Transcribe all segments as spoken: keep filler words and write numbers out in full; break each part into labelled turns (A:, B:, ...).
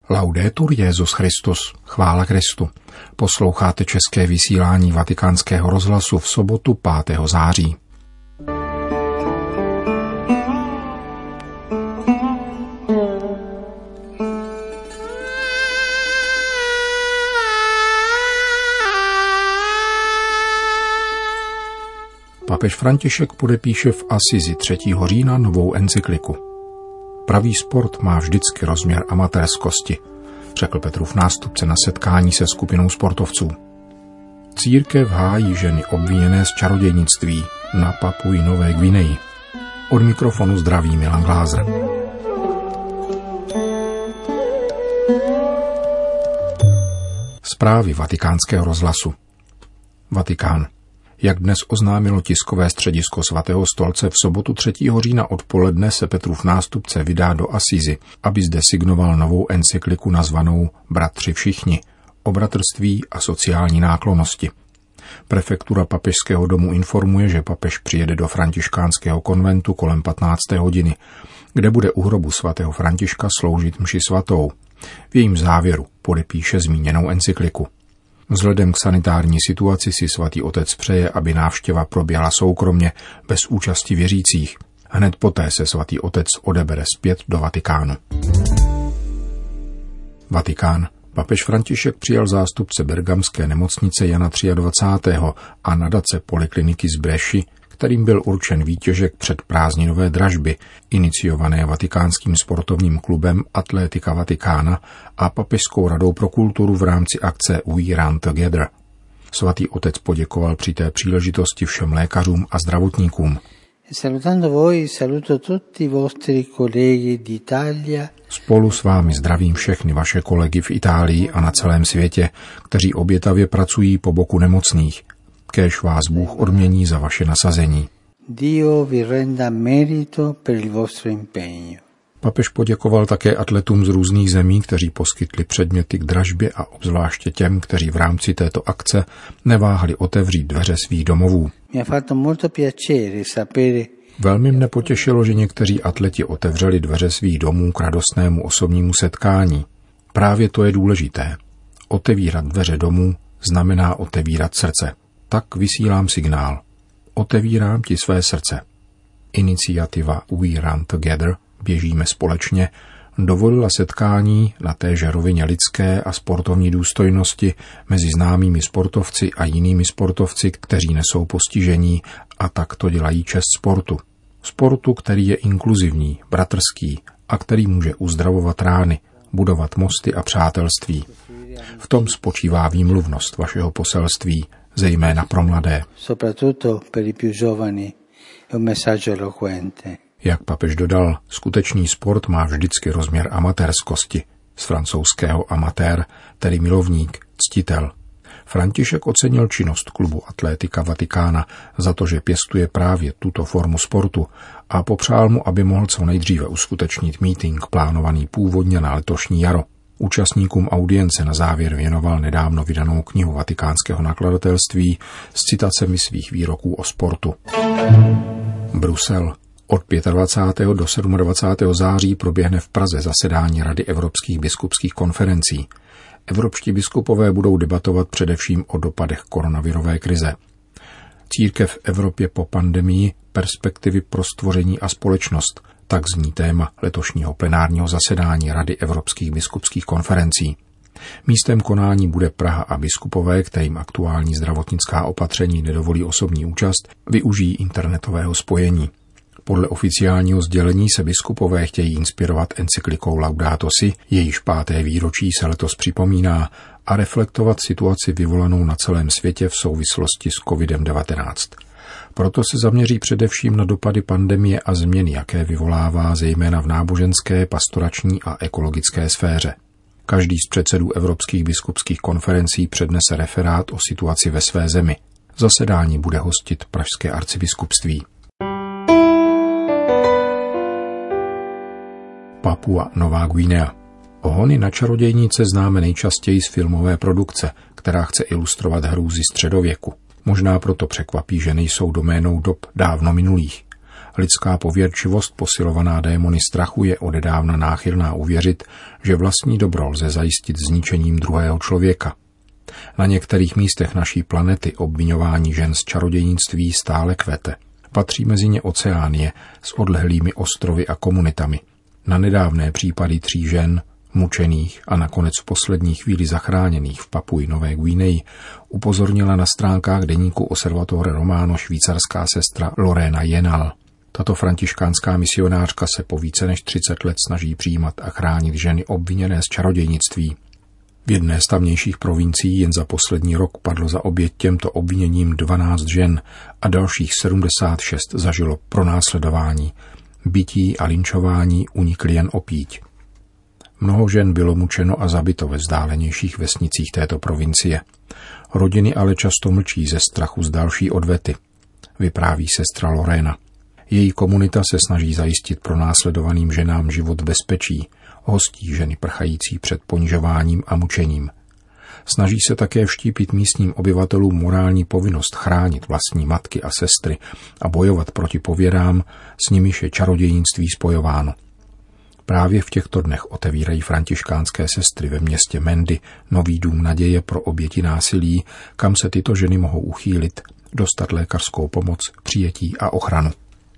A: Laudetur Jesus Christus, chvála Kristu. Posloucháte české vysílání Vatikánského rozhlasu v sobotu pátého září. Papež František podepíše v Asizi třetího října novou encykliku. Pravý sport má vždycky rozměr amatérskosti, řekl Petrův nástupce na setkání se skupinou sportovců. Církev hájí ženy obviněné z čarodějnictví na Papui Nové Gvineji. Od mikrofonu zdraví Milan Glázer. Zprávy Vatikánského rozhlasu. Vatikán. Jak dnes oznámilo tiskové středisko Svatého stolce, v sobotu třetího října odpoledne se Petrův nástupce vydá do Asizi, aby zde signoval novou encykliku nazvanou Bratři všichni, o bratrství a sociální náklonnosti. Prefektura papežského domu informuje, že papež přijede do františkánského konventu kolem patnácté hodiny, kde bude u hrobu svatého Františka sloužit mši svatou. V jejím závěru podepíše zmíněnou encykliku. Vzhledem k sanitární situaci si svatý otec přeje, aby návštěva proběhla soukromě, bez účasti věřících. Hned poté se svatý otec odebere zpět do Vatikánu. Vatikán. Papež František přijal zástupce bergamské nemocnice Jana dvacátého třetího a nadace polikliniky z Bresci, kterým byl určen výtěžek před prázdninové dražby, iniciované Vatikánským sportovním klubem Atletica Vaticana a Papežskou radou pro kulturu v rámci akce We Run Together. Svatý otec poděkoval při té příležitosti všem lékařům a zdravotníkům. Spolu s vámi zdravím všechny vaše kolegy v Itálii a na celém světě, kteří obětavě pracují po boku nemocných. Kéž vás Bůh odmění za vaše nasazení.
B: Dio vi renda merito per il vostro impegno.
A: Papež poděkoval také atletům z různých zemí, kteří poskytli předměty k dražbě a obzvláště těm, kteří v rámci této akce neváhali otevřít dveře svých domovů.
B: Mi ha fatto molto piacere sapere.
A: Velmi mne potěšilo, že někteří atleti otevřeli dveře svých domů k radostnému osobnímu setkání. Právě to je důležité. Otevírat dveře domů znamená otevírat srdce. Tak vysílám signál. Otevírám ti své srdce. Iniciativa We Run Together, běžíme společně, dovolila setkání na téže rovině lidské a sportovní důstojnosti mezi známými sportovci a jinými sportovci, kteří nesou postižení a tak to dělají čest sportu. Sportu, který je inkluzivní, bratrský a který může uzdravovat rány, budovat mosty a přátelství. V tom spočívá výmluvnost vašeho poselství, zejména pro mladé. Jak papež dodal, skutečný sport má vždycky rozměr amatérskosti, z francouzského amatér, tedy milovník, ctitel. František ocenil činnost klubu Atletica Vaticana za to, že pěstuje právě tuto formu sportu a popřál mu, aby mohl co nejdříve uskutečnit mítink plánovaný původně na letošní jaro. Účastníkům audience na závěr věnoval nedávno vydanou knihu vatikánského nakladatelství s citacemi svých výroků o sportu. Brusel. Od dvacátého pátého do dvacátého sedmého září proběhne v Praze zasedání Rady evropských biskupských konferencí. Evropští biskupové budou debatovat především o dopadech koronavirové krize. Církev v Evropě po pandemii, perspektivy pro stvoření a společnost, tak zní téma letošního plenárního zasedání Rady evropských biskupských konferencí. Místem konání bude Praha a biskupové, kterým aktuální zdravotnická opatření nedovolí osobní účast, využijí internetového spojení. Podle oficiálního sdělení se biskupové chtějí inspirovat encyklikou Laudato Si, jejíž páté výročí se letos připomíná, a reflektovat situaci vyvolanou na celém světě v souvislosti s kovidem devatenáct. Proto se zaměří především na dopady pandemie a změny, jaké vyvolává zejména v náboženské, pastorační a ekologické sféře. Každý z předsedů evropských biskupských konferencí přednese referát o situaci ve své zemi. Zasedání bude hostit pražské arcibiskupství. Papua Nová Guinea. Ohony na čarodějnice známe nejčastěji z filmové produkce, která chce ilustrovat hrůzy středověku. Možná proto překvapí, že nejsou doménou dob dávno minulých. Lidská pověrčivost posilovaná démony strachu je odedávna náchylná uvěřit, že vlastní dobro lze zajistit zničením druhého člověka. Na některých místech naší planety obviňování žen z čarodějnictví stále kvete. Patří mezi ně Oceánie s odlehlými ostrovy a komunitami. Na nedávné případy tří žen, mučených a nakonec v poslední chvíli zachráněných v Papui Nové Guineji, upozornila na stránkách deníku Osservatore Romano švýcarská sestra Lorena Jenal. Tato františkánská misionářka se po více než třicet let snaží přijímat a chránit ženy obviněné z čarodějnictví. V jedné z tamnějších provincií jen za poslední rok padlo za oběť těmto obviněním dvanáct žen a dalších sedmdesát šest zažilo pronásledování. Bití a linčování unikly jen opíť. Mnoho žen bylo mučeno a zabito ve vzdálenějších vesnicích této provincie. Rodiny ale často mlčí ze strachu z další odvety, vypráví sestra Lorena. Její komunita se snaží zajistit pronásledovaným ženám život v bezpečí, hostí ženy prchající před ponižováním a mučením. Snaží se také vštípit místním obyvatelům morální povinnost chránit vlastní matky a sestry a bojovat proti pověrám, s nimiž je čarodějnictví spojováno. Právě v těchto dnech otevírají františkánské sestry ve městě Mendy nový dům naděje pro oběti násilí, kam se tyto ženy mohou uchýlit, dostat lékařskou pomoc, přijetí a ochranu.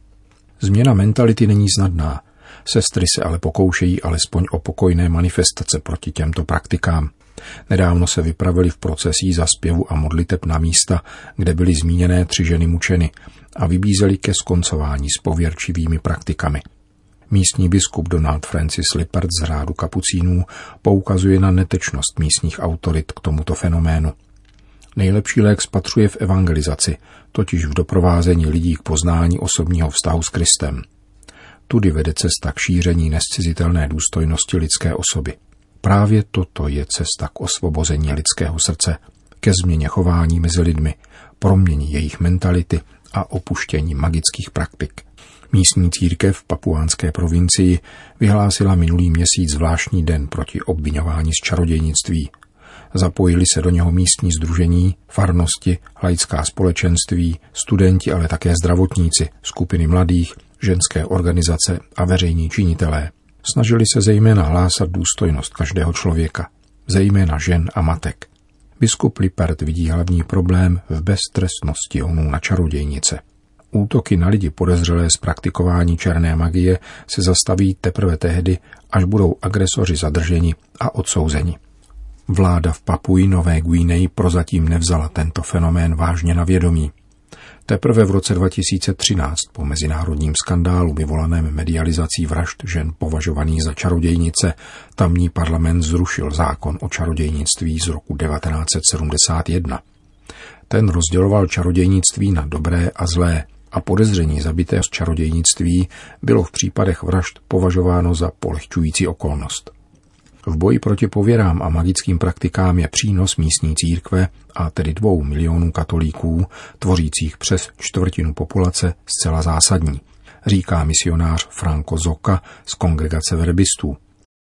A: Změna mentality není snadná. Sestry se ale pokoušejí alespoň o pokojné manifestace proti těmto praktikám. Nedávno se vypravili v procesí za zpěvu a modliteb na místa, kde byly zmíněné tři ženy mučeny a vybízeli ke skoncování s pověrčivými praktikami. Místní biskup Donald Francis Lippert z řádu kapucínů poukazuje na netečnost místních autorit k tomuto fenoménu. Nejlepší lék spatřuje v evangelizaci, totiž v doprovázení lidí k poznání osobního vztahu s Kristem. Tudy vede cesta k šíření nescizitelné důstojnosti lidské osoby. Právě toto je cesta k osvobození lidského srdce, ke změně chování mezi lidmi, proměně jejich mentality a opuštění magických praktik. Místní církev v papuánské provincii vyhlásila minulý měsíc zvláštní den proti obviňování z čarodějnictví. Zapojili se do něho místní sdružení, farnosti, laická společenství, studenti, ale také zdravotníci, skupiny mladých, ženské organizace a veřejní činitelé. Snažili se zejména hlásat důstojnost každého člověka, zejména žen a matek. Biskup Lippert vidí hlavní problém v beztrestnosti honů na čarodějnice. Útoky na lidi podezřelé z praktikování černé magie se zastaví teprve tehdy, až budou agresoři zadrženi a odsouzeni. Vláda v Papui Nové Guineji prozatím nevzala tento fenomén vážně na vědomí. Teprve v roce dva tisíce třináct po mezinárodním skandálu vyvolaném medializací vražd žen považovaných za čarodějnice tamní parlament zrušil zákon o čarodějnictví z roku devatenáct set sedmdesát jedna. Ten rozděloval čarodějnictví na dobré a zlé a podezření zabité z čarodějnictví bylo v případech vražd považováno za polehčující okolnost. V boji proti pověrám a magickým praktikám je přínos místní církve, a tedy dvou milionů katolíků, tvořících přes čtvrtinu populace, zcela zásadní, říká misionář Franco Zocca z kongregace verbistů.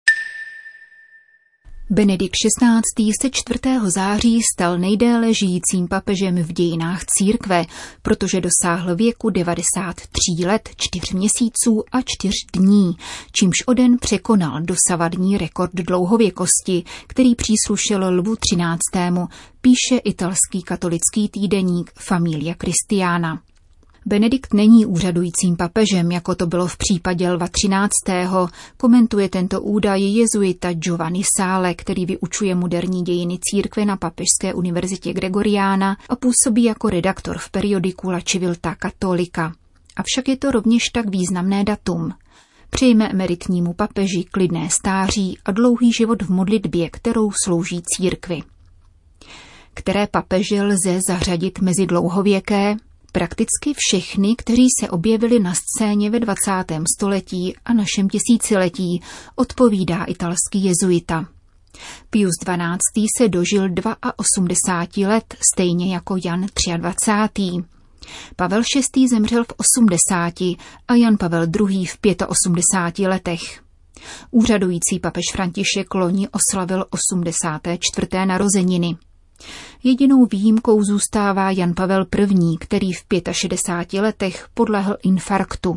C: Benedikt šestnáctý se čtvrtého září stal nejdéle žijícím papežem v dějinách církve, protože dosáhl věku devadesát tři let, čtyř měsíců a čtyř dní, čímž o den překonal dosavadní rekord dlouhověkosti, který příslušel Lvu třináctému, píše italský katolický týdeník Familia Cristiana. Benedikt není úřadujícím papežem, jako to bylo v případě Lva třináctého, komentuje tento údaj jezuita Giovanni Sale, který vyučuje moderní dějiny církve na Papežské univerzitě Gregoriana a působí jako redaktor v periodiku La Civiltà Cattolica. Avšak je to rovněž tak významné datum. Přejme emeritnímu papeži klidné stáří a dlouhý život v modlitbě, kterou slouží církvi. Které papeže lze zařadit mezi dlouhověké? Prakticky všechny, kteří se objevili na scéně ve dvacátém století a našem tisíciletí, odpovídá italský jezuita. Pius dvanáctý se dožil osmdesáti dvou let, stejně jako Jan dvacátý třetí Pavel šestý zemřel v osmdesáti a Jan Pavel druhý v osmdesáti pěti letech. Úřadující papež František loni oslavil osmdesáté čtvrté narozeniny. Jedinou výjimkou zůstává Jan Pavel první, který v šedesáti pěti letech podlehl infarktu.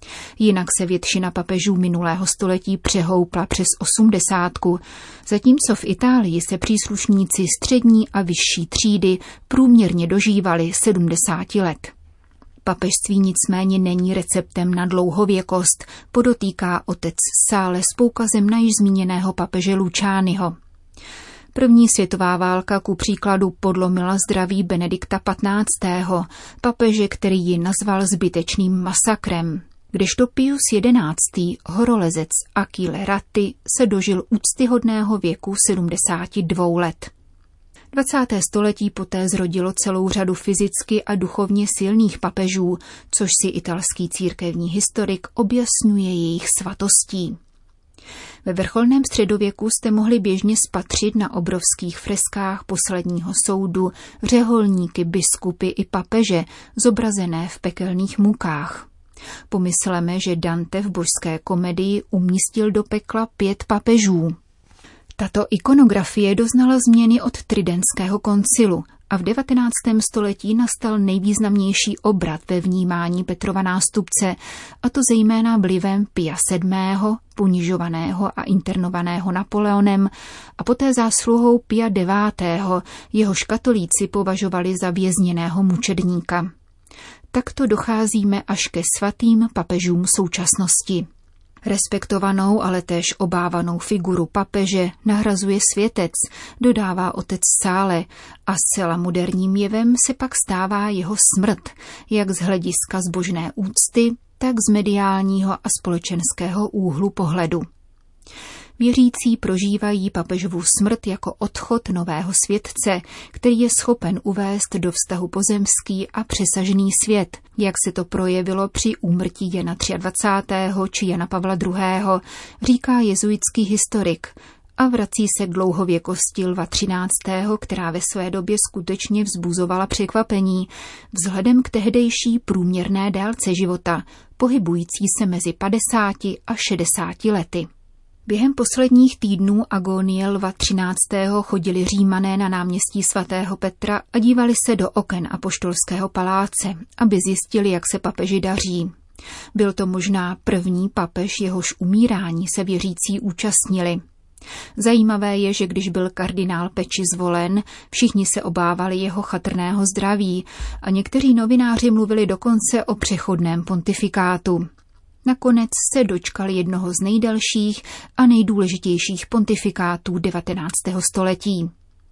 C: Jinak se většina papežů minulého století přehoupla přes osmdesátku, zatímco v Itálii se příslušníci střední a vyšší třídy průměrně dožívali sedmdesáti let. Papežství nicméně není receptem na dlouhověkost, podotýká otec Sále s poukazem na již zmíněného papeže Lucianiho. První světová válka ku příkladu podlomila zdraví Benedikta patnáctého, papeže, který ji nazval zbytečným masakrem. Kdežto Pius jedenáctý, horolezec Achille Ratti, se dožil úctyhodného věku sedmdesáti dvou let. dvacáté století poté zrodilo celou řadu fyzicky a duchovně silných papežů, což si italský církevní historik objasňuje jejich svatostí. Ve vrcholném středověku jste mohli běžně spatřit na obrovských freskách posledního soudu řeholníky, biskupy i papeže, zobrazené v pekelných mukách. Pomysleme, že Dante v Božské komedii umístil do pekla pět papežů. Tato ikonografie doznala změny od Tridentského koncilu a v devatenáctém století nastal nejvýznamnější obrat ve vnímání Petrova nástupce, a to zejména vlivem Pia sedmého, ponižovaného a internovaného Napoleonem, a poté zásluhou Pia devátého, jehož katolíci považovali za vězněného mučedníka. Takto docházíme až ke svatým papežům současnosti. Respektovanou, ale též obávanou figuru papeže nahrazuje světec, dodává otec Sále, a zcela moderním jevem se pak stává jeho smrt, jak z hlediska zbožné úcty, tak z mediálního a společenského úhlu pohledu. Věřící prožívají papežovu smrt jako odchod nového světce, který je schopen uvést do vztahu pozemský a přesažený svět, jak se to projevilo při úmrtí Jana dvacátého třetího či Jana Pavla druhého., říká jezuitský historik, a vrací se k dlouhověkosti Lva třináctého., která ve své době skutečně vzbuzovala překvapení vzhledem k tehdejší průměrné délce života, pohybující se mezi padesáti a šedesáti lety. Během posledních týdnů agónie Lva třináctého. chodili Římané na náměstí svatého Petra a dívali se do oken apoštolského paláce, aby zjistili, jak se papeži daří. Byl to možná první papež, jehož umírání se věřící účastnili. Zajímavé je, že když byl kardinál Pecci zvolen, všichni se obávali jeho chatrného zdraví a někteří novináři mluvili dokonce o přechodném pontifikátu. Nakonec se dočkal jednoho z nejdelších a nejdůležitějších pontifikátů devatenáctého století.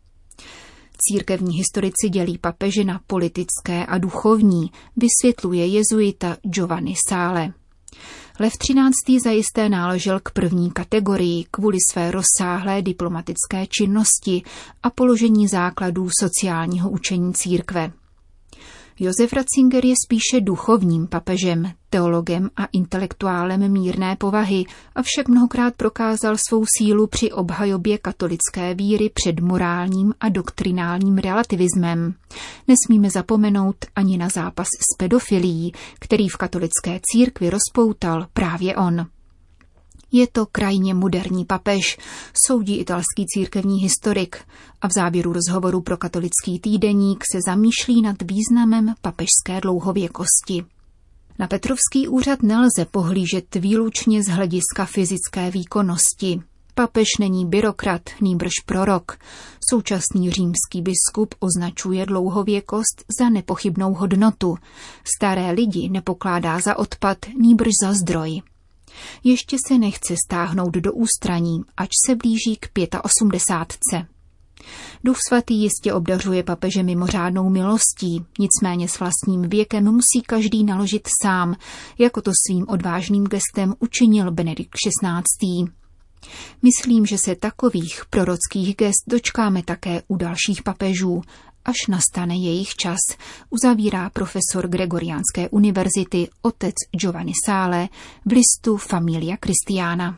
C: Církevní historici dělí papeže na politické a duchovní, vysvětluje jezuita Giovanni Sále. Lev třináctý. zajisté náležel k první kategorii kvůli své rozsáhlé diplomatické činnosti a položení základů sociálního učení církve. Josef Ratzinger je spíše duchovním papežem, teologem a intelektuálem mírné povahy, avšak mnohokrát prokázal svou sílu při obhajobě katolické víry před morálním a doktrinálním relativismem. Nesmíme zapomenout ani na zápas s pedofilií, který v katolické církvi rozpoutal právě on. Je to krajně moderní papež, soudí italský církevní historik, a v závěru rozhovoru pro katolický týdeník se zamýšlí nad významem papežské dlouhověkosti. Na Petrovský úřad nelze pohlížet výlučně z hlediska fyzické výkonnosti. Papež není byrokrat, nýbrž prorok. Současný římský biskup označuje dlouhověkost za nepochybnou hodnotu. Staré lidi nepokládá za odpad, nýbrž za zdroj. Ještě se nechce stáhnout do ústraní, ač se blíží k osmdesátce. Duch svatý jistě obdařuje papeže mimořádnou milostí, nicméně s vlastním věkem musí každý naložit sám, jako to svým odvážným gestem učinil Benedikt šestnáctý. Myslím, že se takových prorockých gest dočkáme také u dalších papežů, až nastane jejich čas, uzavírá profesor Gregoriánské univerzity otec Giovanni Sále v listu Familia Christiana.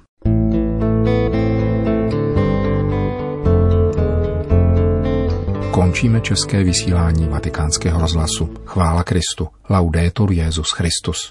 A: Končíme české vysílání Vatikánského rozhlasu. Chvála Kristu. Laudetur Jesus Christus.